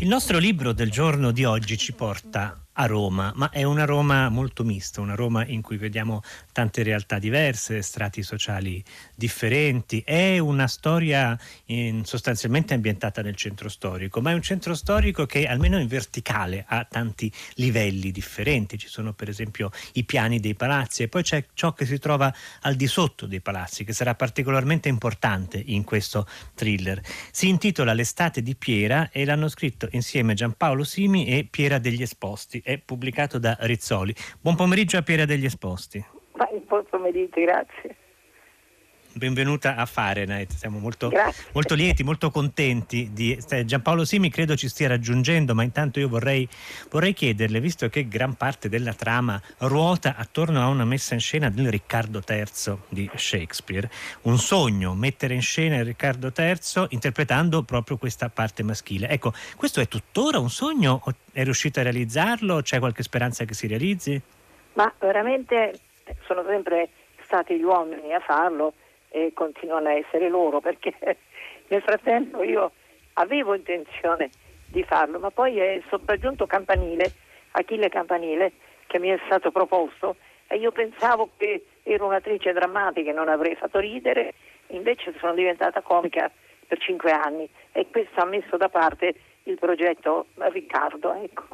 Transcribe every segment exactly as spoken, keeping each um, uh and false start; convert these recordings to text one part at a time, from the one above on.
Il nostro libro del giorno di oggi ci porta a Roma, ma è una Roma molto mista, una Roma in cui vediamo tante realtà diverse, strati sociali differenti. È una storia in, sostanzialmente ambientata nel centro storico, ma è un centro storico che almeno in verticale ha tanti livelli differenti. Ci sono per esempio i piani dei palazzi e poi c'è ciò che si trova al di sotto dei palazzi, che sarà particolarmente importante in questo thriller. Si intitola L'estate di Piera e l'hanno scritto insieme Giampaolo Simi e Piera degli Esposti. È pubblicato da Rizzoli. Buon pomeriggio a Piera degli Esposti. Buon pomeriggio, grazie. Benvenuta a Fahrenheit, siamo molto, molto Grazie. lieti, molto contenti di Giampaolo Simi, credo ci stia raggiungendo, ma intanto io vorrei, vorrei chiederle, visto che gran parte della trama ruota attorno a una messa in scena del Riccardo terzo di Shakespeare, un sogno mettere in scena il Riccardo terzo interpretando proprio questa parte maschile. Ecco, questo è tuttora un sogno? O è riuscito a realizzarlo? C'è qualche speranza che si realizzi? Ma veramente sono sempre stati gli uomini a farlo e continuano a essere loro, perché nel frattempo io avevo intenzione di farlo, ma poi è sopraggiunto Campanile, Achille Campanile, che mi è stato proposto e io pensavo che ero un'attrice drammatica e non avrei fatto ridere, invece sono diventata comica per cinque anni e questo ha messo da parte il progetto Riccardo, ecco.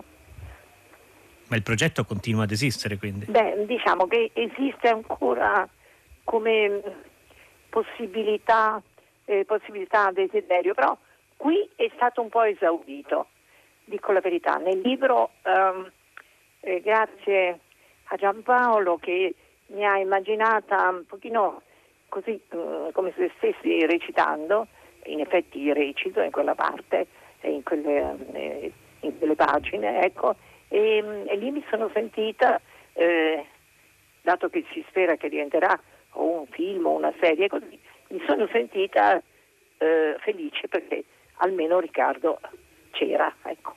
Ma il progetto continua ad esistere, quindi? Beh, diciamo che esiste ancora come possibilità, eh, possibilità, desiderio, però qui è stato un po' esaurito, dico la verità. Nel libro, ehm, eh, grazie a Giampaolo che mi ha immaginata un pochino così, eh, come se stessi recitando, in effetti recito in quella parte, in quelle, eh, in quelle pagine, ecco, e, e lì mi sono sentita, eh, dato che si spera che diventerà o un film o una serie così, mi sono sentita eh, felice perché almeno Riccardo c'era, ecco.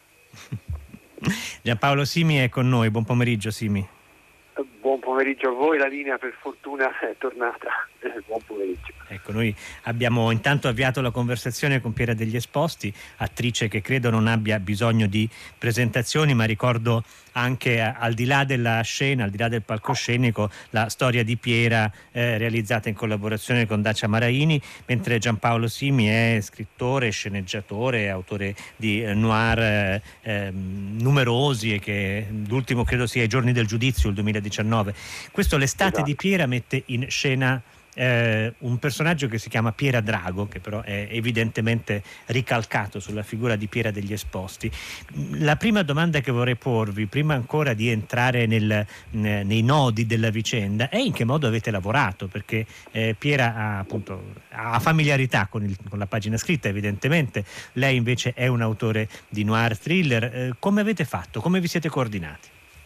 Giampaolo Simi è con noi, buon pomeriggio Simi. Buon pomeriggio a voi, la linea per fortuna è tornata. Buon pomeriggio. Ecco, noi abbiamo intanto avviato la conversazione con Piera degli Esposti, attrice che credo non abbia bisogno di presentazioni, ma ricordo anche al di là della scena, al di là del palcoscenico, la storia di Piera eh, realizzata in collaborazione con Dacia Maraini, mentre Giampaolo Simi è scrittore, sceneggiatore, autore di eh, noir eh, eh, numerosi e che l'ultimo credo sia I giorni del giudizio, il duemiladiciannove. Questo L'estate Esatto. di Piera mette in scena Eh, un personaggio che si chiama Piera Drago, che però è evidentemente ricalcato sulla figura di Piera degli Esposti. La prima domanda che vorrei porvi, prima ancora di entrare nel, nei nodi della vicenda, è in che modo avete lavorato, perché eh, Piera ha, appunto, ha familiarità con, il, con la pagina scritta, evidentemente, lei invece è un autore di noir thriller. Eh, come avete fatto? Come vi siete coordinati?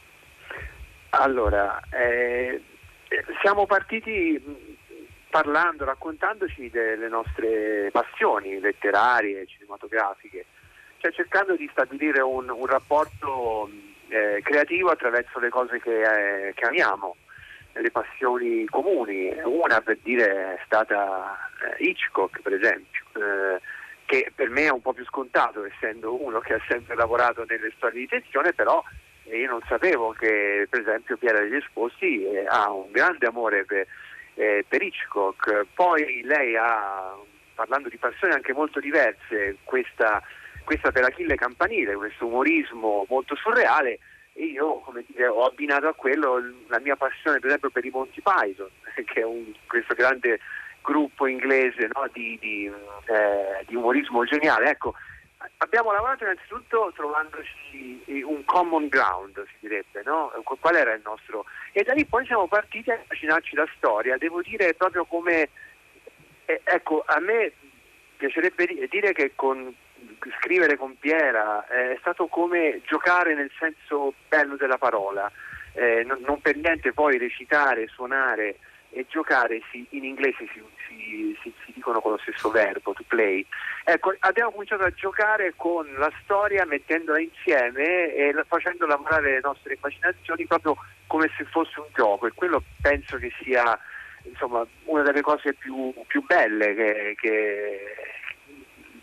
Allora, eh, siamo partiti parlando, raccontandoci delle nostre passioni letterarie, cinematografiche, cioè cercando di stabilire un, un rapporto eh, creativo attraverso le cose che, eh, che amiamo, le passioni comuni. Una, per dire, è stata eh, Hitchcock, per esempio, eh, che per me è un po' più scontato, essendo uno che ha sempre lavorato nelle storie di tensione, però eh, io non sapevo che, per esempio, Piera degli Esposti eh, ha un grande amore per Eh, per Hitchcock. Poi lei ha, parlando di passioni anche molto diverse, questa, questa per Achille Campanile, questo umorismo molto surreale, e io, come dire, ho abbinato a quello la mia passione per esempio per i Monty Python, che è un, questo grande gruppo inglese, no, di, di, eh, di umorismo geniale. Ecco, abbiamo lavorato innanzitutto trovandoci un common ground, si direbbe, no? Qual era il nostro... E da lì poi siamo partiti a immaginarci la storia. Devo dire proprio come... Eh, ecco, a me piacerebbe dire che con scrivere con Piera eh, è stato come giocare nel senso bello della parola. Eh, non, non per niente poi recitare, suonare e giocare si, in inglese si, si, si, si dicono con lo stesso verbo, to play. Ecco, abbiamo cominciato a giocare con la storia, mettendola insieme e facendo lavorare le nostre immaginazioni proprio come se fosse un gioco, e quello penso che sia, insomma, una delle cose più, più belle che, che,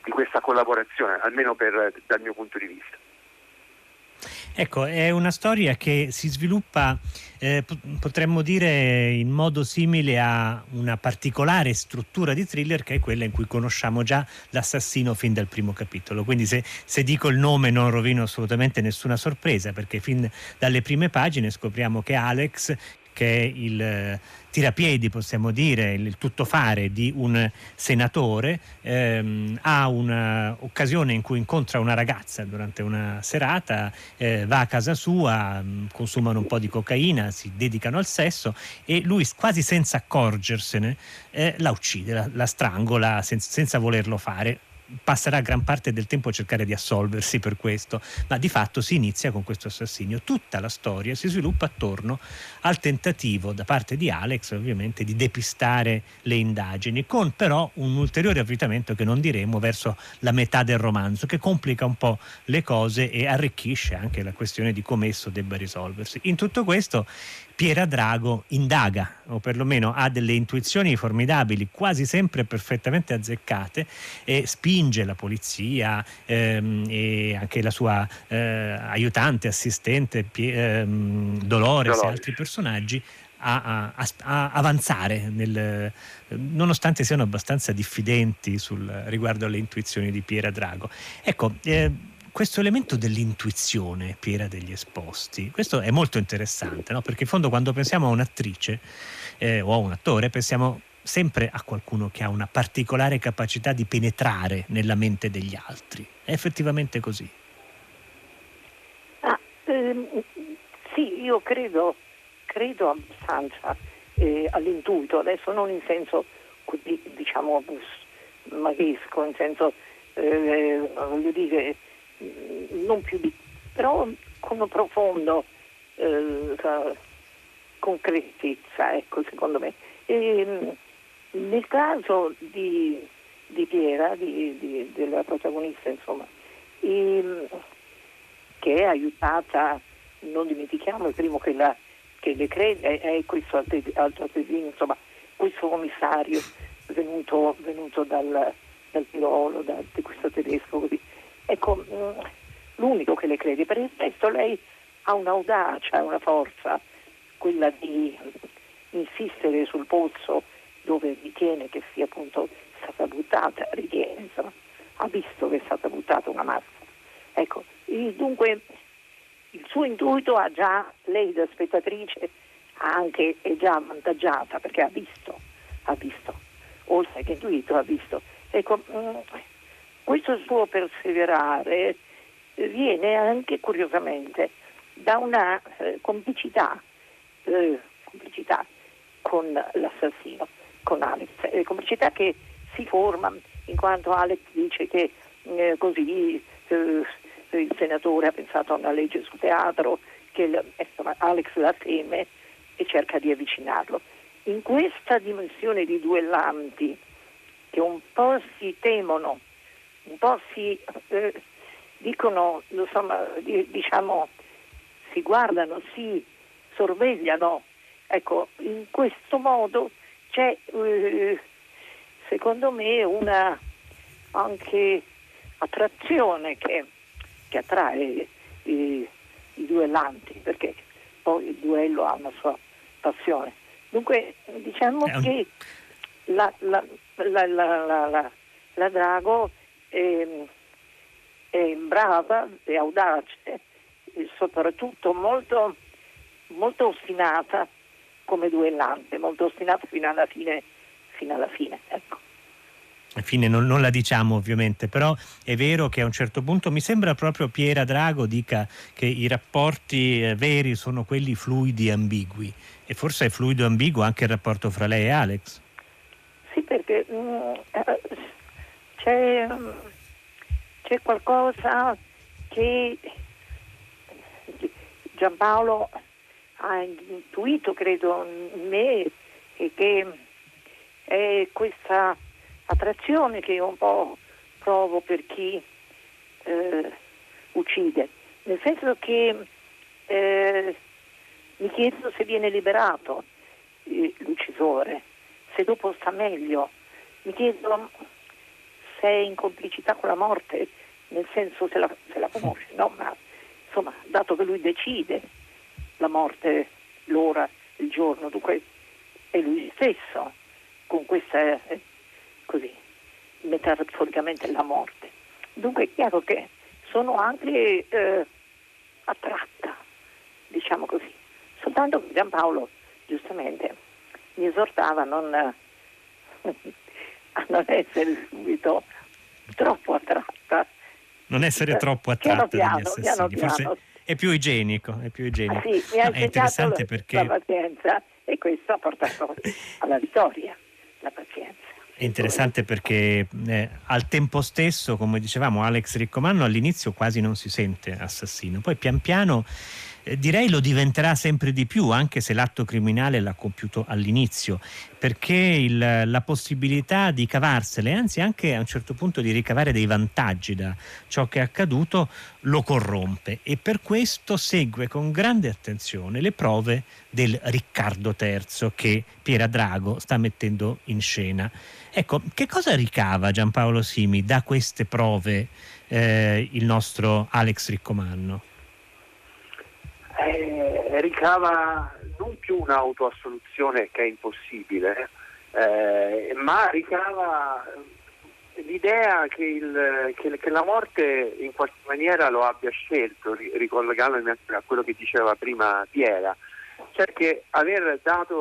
di questa collaborazione, almeno per, dal mio punto di vista. Ecco, è una storia che si sviluppa, eh, potremmo dire, in modo simile a una particolare struttura di thriller che è quella in cui conosciamo già l'assassino fin dal primo capitolo. Quindi se, se dico il nome non rovino assolutamente nessuna sorpresa, perché fin dalle prime pagine scopriamo che Alex, che è il eh, tirapiedi, possiamo dire, il, il tuttofare di un senatore, ehm, ha un'occasione in cui incontra una ragazza durante una serata, eh, va a casa sua, mh, consumano un po' di cocaina, si dedicano al sesso e lui, quasi senza accorgersene, eh, la uccide, la, la strangola sen- senza volerlo fare. Passerà gran parte del tempo a cercare di assolversi per questo, ma di fatto si inizia con questo assassinio. Tutta la storia si sviluppa attorno al tentativo da parte di Alex, ovviamente, di depistare le indagini, con però un ulteriore avvitamento che non diremo verso la metà del romanzo, che complica un po' le cose e arricchisce anche la questione di come esso debba risolversi. In tutto questo Piera Drago indaga, o perlomeno ha delle intuizioni formidabili, quasi sempre perfettamente azzeccate, e spinge la polizia ehm, e anche la sua eh, aiutante, assistente Pie- ehm, Dolores, Dolores e altri personaggi a, a, a avanzare, nel, nonostante siano abbastanza diffidenti sul, riguardo alle intuizioni di Piera Drago. Ecco, eh, questo elemento dell'intuizione, Piera degli Esposti, questo è molto interessante, no? Perché in fondo quando pensiamo a un'attrice eh, o a un attore pensiamo sempre a qualcuno che ha una particolare capacità di penetrare nella mente degli altri. È effettivamente così? Ah, ehm, sì, io credo, credo abbastanza eh, all'intuito, adesso non in senso così, diciamo, maghesco, in senso, eh, voglio dire, non più di, però con un profondo eh, concretezza, ecco, secondo me. E, nel caso di, di Piera, di, di, della protagonista, insomma, e, che è aiutata, non dimentichiamo, il primo che, la, che le crede è, è questo altro Tesino, insomma, questo commissario venuto, venuto dal, dal Tirolo, da, di questo tedesco, così. Ecco, l'unico che le crede. Per il resto lei ha un'audacia, una forza, quella di insistere sul pozzo dove ritiene che sia appunto stata buttata, ritiene, insomma, ha visto che è stata buttata una massa. Ecco, dunque il suo intuito ha già, lei da spettatrice ha anche, è già avvantaggiata perché ha visto, ha visto, oltre che intuito ha visto. Ecco, questo suo perseverare viene anche curiosamente da una eh, complicità, eh, complicità con l'assassino, con Alex, eh, complicità che si forma in quanto Alex dice che eh, così eh, il senatore ha pensato a una legge sul teatro, che il, insomma, Alex la teme e cerca di avvicinarlo. In questa dimensione di duellanti che un po' si temono, un po' si eh, dicono, insomma, diciamo, si guardano, si sorvegliano. Ecco, in questo modo c'è, eh, secondo me, una anche attrazione che, che attrae i, i duellanti, perché poi il duello ha una sua passione. Dunque, diciamo un... che la, la, la, la, la, la, la Drago è, è brava, è audace e soprattutto molto, molto ostinata come duellante, molto ostinata fino alla fine, fino alla fine, ecco. Alla fine non, non la diciamo ovviamente, però è vero che a un certo punto mi sembra proprio Piera Drago dica che i rapporti eh, veri sono quelli fluidi e ambigui, e forse è fluido e ambiguo anche il rapporto fra lei e Alex. Sì, perché mh, c'è, c'è qualcosa che Giampaolo ha intuito, credo, in me, e che è questa attrazione che io un po' provo per chi eh, uccide, nel senso che eh, mi chiedo se viene liberato eh, l'uccisore, se dopo sta meglio, mi chiedo se è in complicità con la morte, nel senso se la, se la conosce, no? Ma insomma, dato che lui decide la morte, l'ora, il giorno, dunque è lui stesso, con questa, eh, così, metaforicamente la morte. Dunque è chiaro che sono anche eh, attratta, diciamo così. Soltanto che Giampaolo giustamente mi esortava a non, a non essere subito troppo attratta. Non essere troppo attratta piano, dagli assassini, piano, piano. Forse è più igienico, è più igienico. Sì, mi ha No, è interessante la, perché la pazienza, e questo ha portato alla vittoria, la pazienza. È interessante perché eh, al tempo stesso, come dicevamo, Alex Riccomanno all'inizio quasi non si sente assassino, poi pian piano eh, direi lo diventerà sempre di più, anche se l'atto criminale l'ha compiuto all'inizio, perché il, la possibilità di cavarsele, anzi anche a un certo punto di ricavare dei vantaggi da ciò che è accaduto, lo corrompe, e per questo segue con grande attenzione le prove del Riccardo terzo che Piera Drago sta mettendo in scena. Ecco, che cosa ricava Giampaolo Simi da queste prove eh, il nostro Alex Riccomanno? Eh, ricava non più un'autoassoluzione, che è impossibile, eh, ma ricava l'idea che, il, che, che la morte in qualche maniera lo abbia scelto, ricollegandomi a quello che diceva prima Piera. Cioè che aver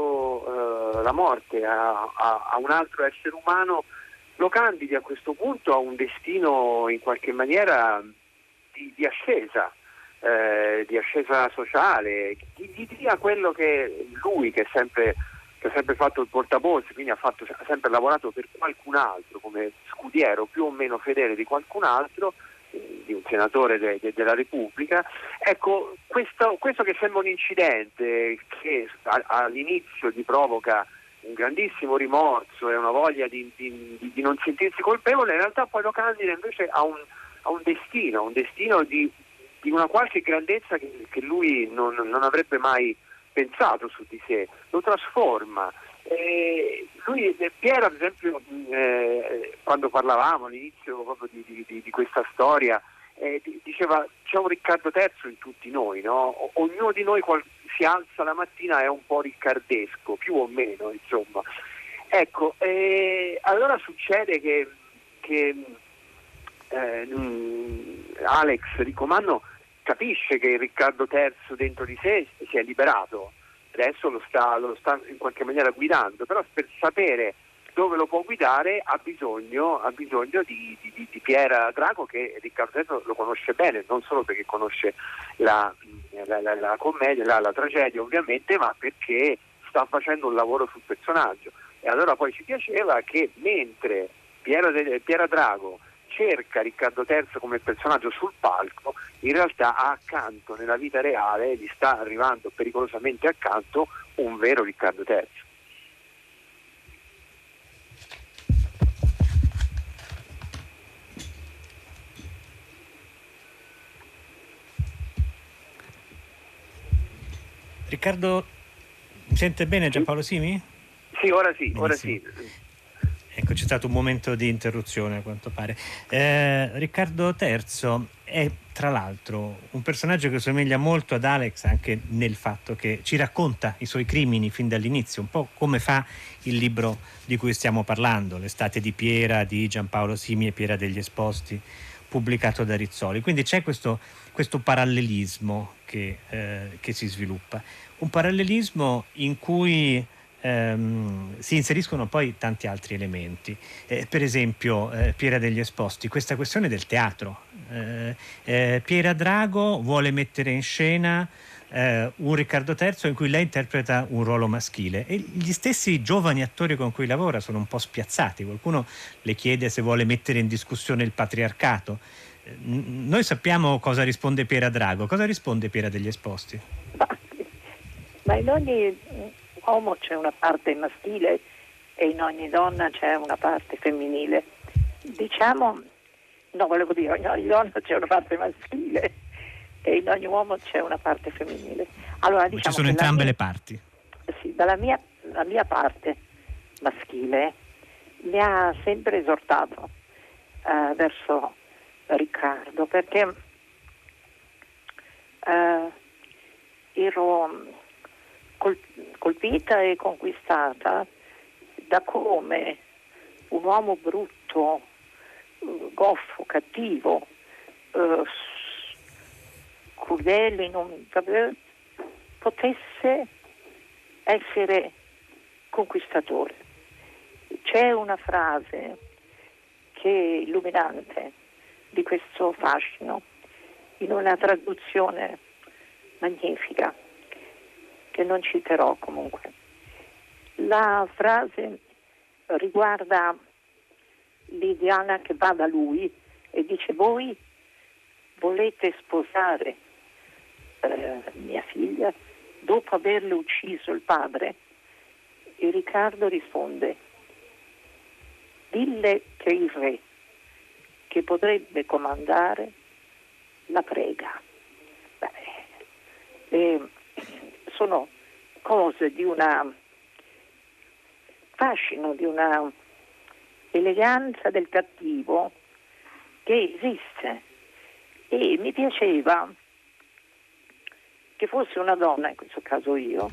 dato uh, la morte a, a, a un altro essere umano lo candidi a questo punto a un destino in qualche maniera di, di ascesa, eh, di ascesa sociale, di, di dia quello che lui, che, è sempre, che ha sempre fatto il portaborse, quindi ha, fatto, ha sempre lavorato per qualcun altro, come scudiero più o meno fedele di qualcun altro, di un senatore de, de, della Repubblica. Ecco, questo, questo che sembra un incidente che a, all'inizio gli provoca un grandissimo rimorso e una voglia di, di, di non sentirsi colpevole, in realtà poi lo candida invece a un, a un destino, un destino di, di una qualche grandezza che, che lui non, non avrebbe mai pensato su di sé, lo trasforma. Eh, lui, Piera, ad esempio, eh, quando parlavamo all'inizio proprio di, di, di questa storia, eh, diceva c'è un Riccardo terzo in tutti noi, no? O, ognuno di noi qual- si alza la mattina è un po' riccardesco, più o meno, insomma. Ecco, eh, allora succede che, che eh, Alex Riccomanno capisce che il Riccardo terzo dentro di sé si è liberato. Adesso lo sta, lo sta in qualche maniera guidando, però per sapere dove lo può guidare ha bisogno, ha bisogno di, di, di Piera Drago, che Riccardo terzo lo conosce bene, non solo perché conosce la, la, la, la commedia, la, la tragedia ovviamente, ma perché sta facendo un lavoro sul personaggio. E allora poi ci piaceva che mentre Piera, Piera Drago cerca Riccardo terzo come personaggio sul palco, in realtà accanto nella vita reale gli sta arrivando pericolosamente accanto un vero Riccardo terzo. Riccardo, mi sente bene Giampaolo Simi? Sì, ora sì, Benissimo. ora sì. Ecco, c'è stato un momento di interruzione a quanto pare. Eh, Riccardo terzo è tra l'altro un personaggio che somiglia molto ad Alex anche nel fatto che ci racconta i suoi crimini fin dall'inizio, un po' come fa il libro di cui stiamo parlando, L'estate di Piera di Giampaolo Simi e Piera degli Esposti, pubblicato da Rizzoli. Quindi c'è questo, questo parallelismo che, eh, che si sviluppa, un parallelismo in cui ehm, si inseriscono poi tanti altri elementi, eh, per esempio eh, Piera degli Esposti, questa questione del teatro. eh, eh, Piera Drago vuole mettere in scena eh, un Riccardo terzo in cui lei interpreta un ruolo maschile e gli stessi giovani attori con cui lavora sono un po' spiazzati. Qualcuno le chiede se vuole mettere in discussione il patriarcato. eh, Noi sappiamo cosa risponde Piera Drago. Cosa risponde Piera degli Esposti? Ma in ogni uomo c'è una parte maschile e in ogni donna c'è una parte femminile. Diciamo, no, volevo dire, in ogni donna c'è una parte maschile e in ogni uomo c'è una parte femminile. Allora, diciamo ci sono che entrambe mia, le parti. Sì, dalla mia, la mia parte maschile mi ha sempre esortato eh, verso Riccardo, perché eh, ero col- colpita e conquistata da come un uomo brutto, goffo, cattivo, eh, crudele, non, potesse essere conquistatore. C'è una frase che è illuminante di questo fascino, in una traduzione magnifica, che non citerò comunque. La frase riguarda l'indiana che va da lui e dice: voi volete sposare eh, mia figlia dopo averle ucciso il padre? E Riccardo risponde: dille che il re, che potrebbe comandare, la prega. Beh, eh, sono cose di una fascino, di una eleganza del cattivo che esiste, e mi piaceva che fosse una donna, in questo caso io,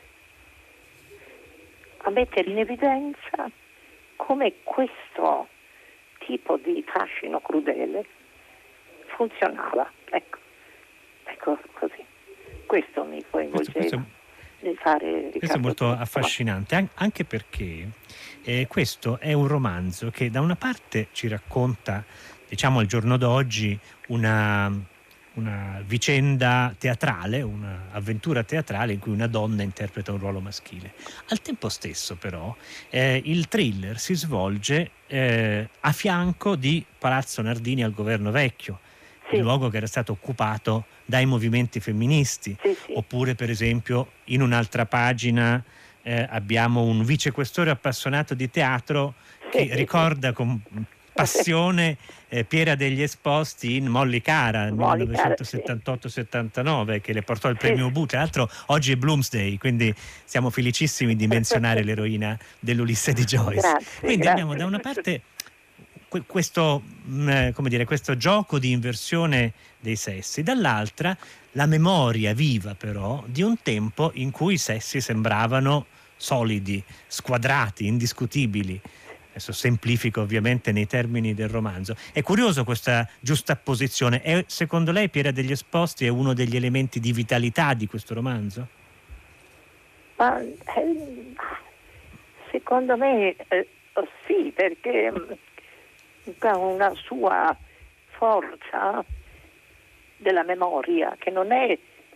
a mettere in evidenza come questo tipo di fascino crudele funzionava. Ecco, ecco così. Questo mi coinvolgeva questo, nel fare Riccardo. Questo è molto Tristano. affascinante, anche perché eh, questo è un romanzo che da una parte ci racconta, diciamo al giorno d'oggi, una, una vicenda teatrale, un'avventura teatrale in cui una donna interpreta un ruolo maschile. Al tempo stesso però eh, il thriller si svolge eh, a fianco di Palazzo Nardini al Governo Vecchio, Sì. il luogo che era stato occupato dai movimenti femministi. Sì, sì. Oppure per esempio in un'altra pagina eh, abbiamo un vicequestore appassionato di teatro che Sì. ricorda con passione eh, Piera degli Esposti in Molly Cara nel Molly Cara, millenovecentosettantotto settantanove, che le portò il Sì. premio Bu. Tra l'altro oggi è Bloomsday, quindi siamo felicissimi di menzionare l'eroina dell'Ulisse di Joyce. Grazie, Quindi grazie. abbiamo da una parte que- questo, mh, come dire, questo gioco di inversione dei sessi, dall'altra la memoria viva però di un tempo in cui i sessi sembravano solidi, squadrati, indiscutibili. Adesso semplifico ovviamente nei termini del romanzo. È curioso questa giustapposizione. È, secondo lei Piera degli Esposti è uno degli elementi di vitalità di questo romanzo? Ma, eh, secondo me eh, sì, perché ha una sua forza della memoria, che non è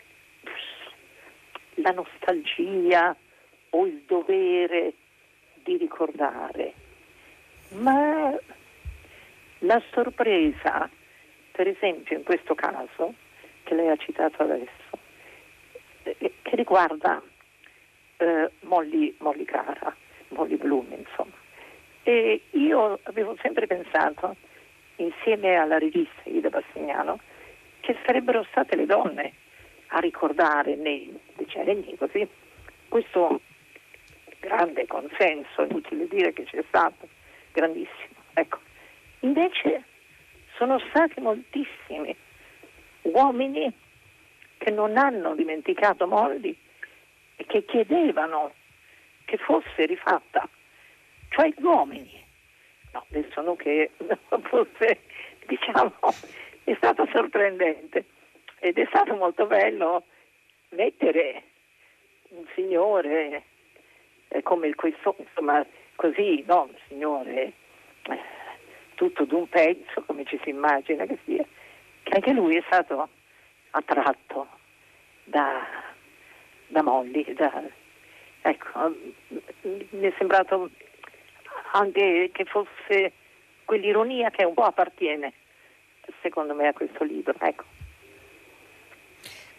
la nostalgia o il dovere di ricordare, ma la sorpresa, per esempio in questo caso che lei ha citato adesso, eh, che riguarda eh, Molly, Molly Cara, Molly Bloom, insomma. E io avevo sempre pensato, insieme alla rivista Ida Bassignano, che sarebbero state le donne a ricordare nei decenni così questo grande consenso, inutile dire che c'è stato, grandissimo. Ecco, invece sono stati moltissimi uomini che non hanno dimenticato Molly e che chiedevano che fosse rifatta, cioè gli uomini. No, adesso non che fosse, diciamo, è stato sorprendente ed è stato molto bello mettere un signore eh, come il questo, insomma, così, no, un signore eh, tutto d'un pezzo, come ci si immagina che sia, che anche lui è stato attratto da, da Molly, da, ecco, mi è sembrato anche che fosse quell'ironia che un po' appartiene, secondo me, a questo libro, ecco.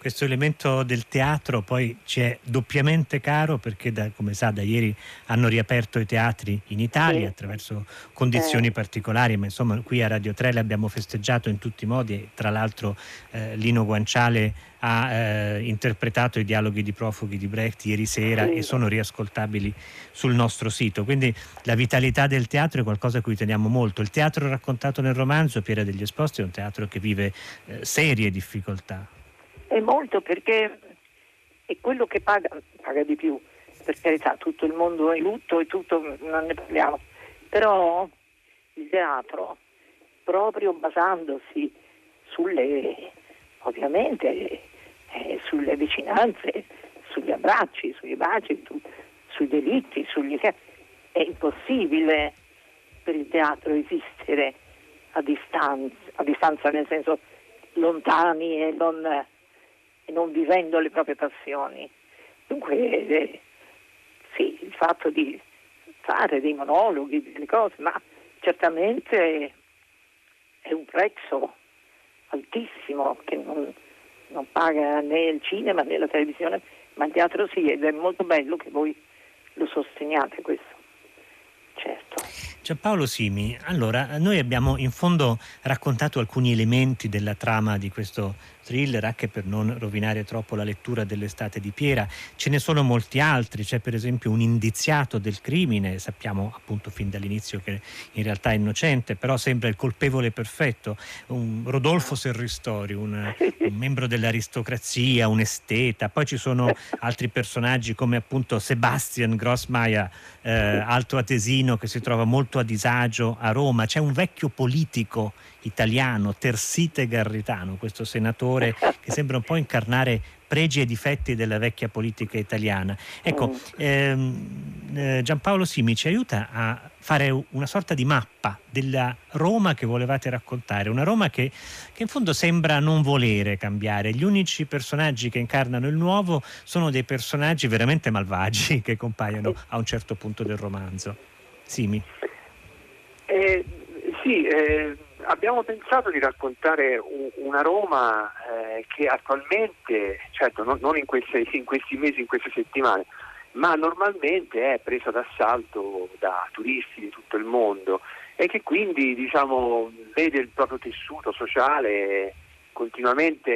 questo elemento del teatro poi ci è doppiamente caro perché, da, come sa, da ieri hanno riaperto i teatri in Italia Sì. attraverso condizioni Eh. particolari, ma insomma qui a Radio tre le abbiamo festeggiato in tutti i modi e tra l'altro eh, Lino Guanciale ha eh, interpretato i dialoghi di Profughi di Brecht ieri sera, Sì. e sono riascoltabili sul nostro sito. Quindi la vitalità del teatro è qualcosa a cui teniamo molto. Il teatro raccontato nel romanzo Piera degli Esposti è un teatro che vive eh, serie difficoltà. È molto, perché è quello che paga, paga di più, per carità, tutto il mondo è in lutto e tutto, non ne parliamo, però il teatro, proprio basandosi sulle, ovviamente, eh, sulle vicinanze, sugli abbracci, sui baci, su, sui delitti, sugli... è impossibile per il teatro esistere a distanza, a distanza nel senso lontani e non, e non vivendo le proprie passioni. Dunque eh, sì, il fatto di fare dei monologhi, delle cose, ma certamente è un prezzo altissimo che non, non paga né il cinema né la televisione, ma il teatro sì, ed è molto bello che voi lo sosteniate questo. Certo. Giampaolo Simi, allora noi abbiamo in fondo raccontato alcuni elementi della trama di questo thriller, anche per non rovinare troppo la lettura dell'estate di Piera. Ce ne sono molti altri, c'è per esempio un indiziato del crimine, sappiamo appunto fin dall'inizio che in realtà è innocente, però sembra il colpevole perfetto, un Rodolfo Serristori, un, un membro dell'aristocrazia, un esteta. Poi ci sono altri personaggi come appunto Sebastian Grossmeier, eh, alto atesino che si trova molto a disagio a Roma. C'è un vecchio politico italiano, Tersite Garritano, questo senatore che sembra un po' incarnare pregi e difetti della vecchia politica italiana. Ecco, ehm, eh, Giampaolo Simi ci aiuta a fare una sorta di mappa della Roma che volevate raccontare, una Roma che, che in fondo sembra non volere cambiare. Gli unici personaggi che incarnano il nuovo sono dei personaggi veramente malvagi che compaiono a un certo punto del romanzo. Simi. Eh, sì, eh, abbiamo pensato di raccontare un, una Roma eh, che attualmente, certo non, non in, queste, in questi mesi, in queste settimane, ma normalmente è presa d'assalto da turisti di tutto il mondo e che quindi diciamo vede il proprio tessuto sociale continuamente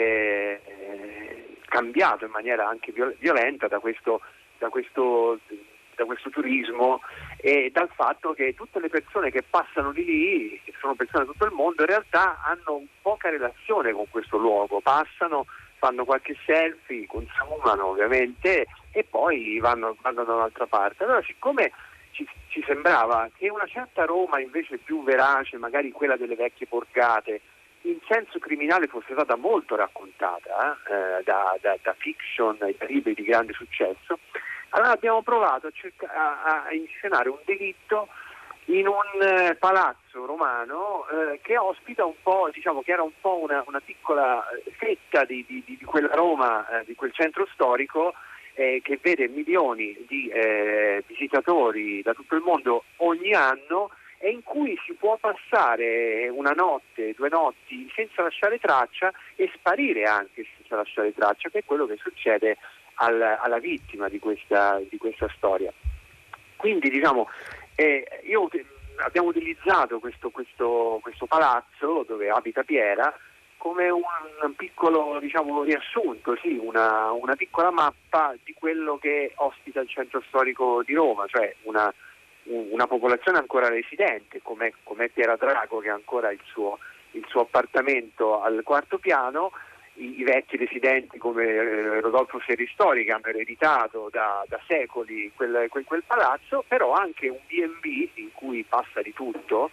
eh, cambiato in maniera anche violenta da questo, da questo da questo turismo e dal fatto che tutte le persone che passano di lì, che sono persone da tutto il mondo, in realtà hanno poca relazione con questo luogo, passano, fanno qualche selfie, consumano ovviamente e poi vanno, vanno da un'altra parte. Allora siccome ci, ci sembrava che una certa Roma invece più verace, magari quella delle vecchie borgate, in senso criminale fosse stata molto raccontata eh, da, da, da fiction e da libri di grande successo, allora abbiamo provato a, cerca- a, a inscenare un delitto in un eh, palazzo romano eh, che ospita un po', diciamo che era un po' una, una piccola fetta di, di, di quella Roma, eh, di quel centro storico eh, che vede milioni di eh, visitatori da tutto il mondo ogni anno e in cui si può passare una notte, due notti senza lasciare traccia e sparire anche senza lasciare traccia, che è quello che succede al, alla vittima di questa, di questa storia. Quindi diciamo, eh, io, abbiamo utilizzato questo, questo, questo palazzo dove abita Piera come un piccolo diciamo, riassunto, sì, una, una piccola mappa di quello che ospita il centro storico di Roma, cioè una una popolazione ancora residente come è Piera Drago, che ha ancora il suo, il suo appartamento al quarto piano, i, i vecchi residenti come eh, Rodolfo Serristori che hanno ereditato da, da secoli quel, quel, quel palazzo, però anche un bi e bi in cui passa di tutto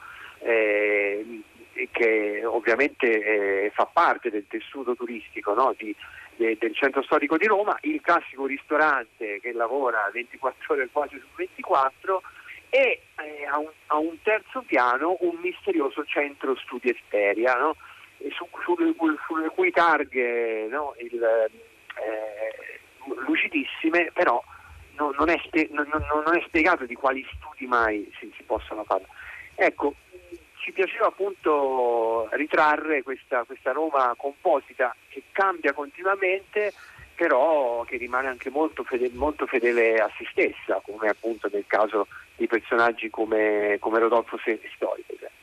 eh, che ovviamente eh, fa parte del tessuto turistico, no? di, de, del centro storico di Roma, il classico ristorante che lavora ventiquattro ore quasi su ventiquattro e eh, a, un, a un terzo piano un misterioso centro studi Esperia, no? e su, sulle, sulle cui targhe no? il, eh, lucidissime, però non, non, è spie, non, non è spiegato di quali studi mai si, si possano fare. Ecco, ci piaceva appunto ritrarre questa, questa Roma composita che cambia continuamente, però che rimane anche molto fedele, molto fedele a se stessa, come appunto nel caso di personaggi come, come Rodolfo Serristori.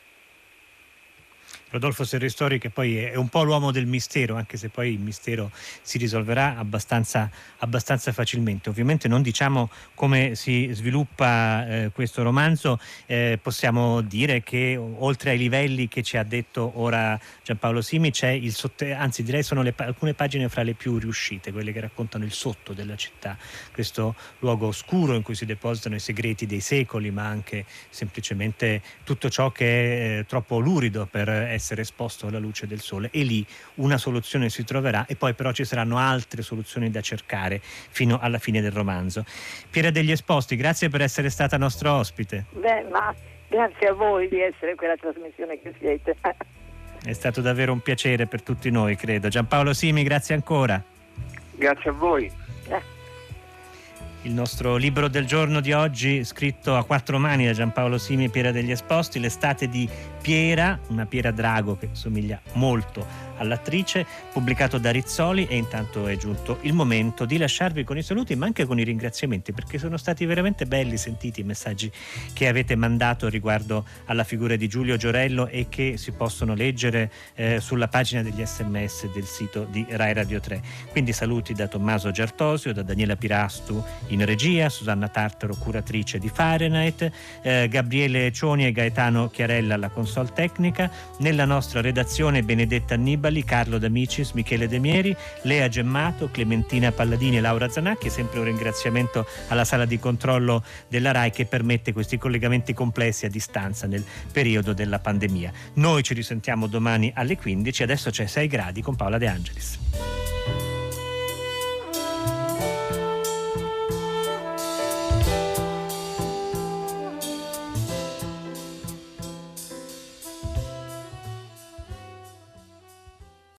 Rodolfo Serristori, che poi è un po' l'uomo del mistero, anche se poi il mistero si risolverà abbastanza, abbastanza facilmente. Ovviamente non diciamo come si sviluppa eh, questo romanzo, eh, possiamo dire che oltre ai livelli che ci ha detto ora Giampaolo Simi, c'è il sotto, anzi direi sono le, alcune pagine fra le più riuscite, quelle che raccontano il sotto della città, questo luogo oscuro in cui si depositano i segreti dei secoli, ma anche semplicemente tutto ciò che è eh, troppo lurido per essere essere esposto alla luce del sole, e lì una soluzione si troverà, e poi però ci saranno altre soluzioni da cercare fino alla fine del romanzo. Piera degli Esposti, grazie per essere stata nostra ospite. Beh, ma grazie a voi di essere in quella trasmissione che siete. È stato davvero un piacere per tutti noi, credo. Giampaolo Simi, grazie ancora. Grazie a voi. Eh. Il nostro libro del giorno di oggi, scritto a quattro mani da Giampaolo Simi e Piera degli Esposti, L'estate di Piera, una Piera Drago che somiglia molto all'attrice, pubblicato da Rizzoli. E intanto è giunto il momento di lasciarvi con i saluti, ma anche con i ringraziamenti, perché sono stati veramente belli sentiti i messaggi che avete mandato riguardo alla figura di Giulio Giorello e che si possono leggere eh, sulla pagina degli sms del sito di Rai Radio tre. Quindi saluti da Tommaso Giartosio, da Daniela Pirastu in regia, Susanna Tartaro curatrice di Fahrenheit, eh, Gabriele Cioni e Gaetano Chiarella alla console tecnica, nella nostra redazione Benedetta Annibali, Carlo D'Amicis, Michele De Mieri, Lea Gemmato, Clementina Palladini e Laura Zanacchi. Sempre un ringraziamento alla sala di controllo della Rai che permette questi collegamenti complessi a distanza nel periodo della pandemia. Noi ci risentiamo domani alle quindici, adesso c'è sei gradi con Paola De Angelis.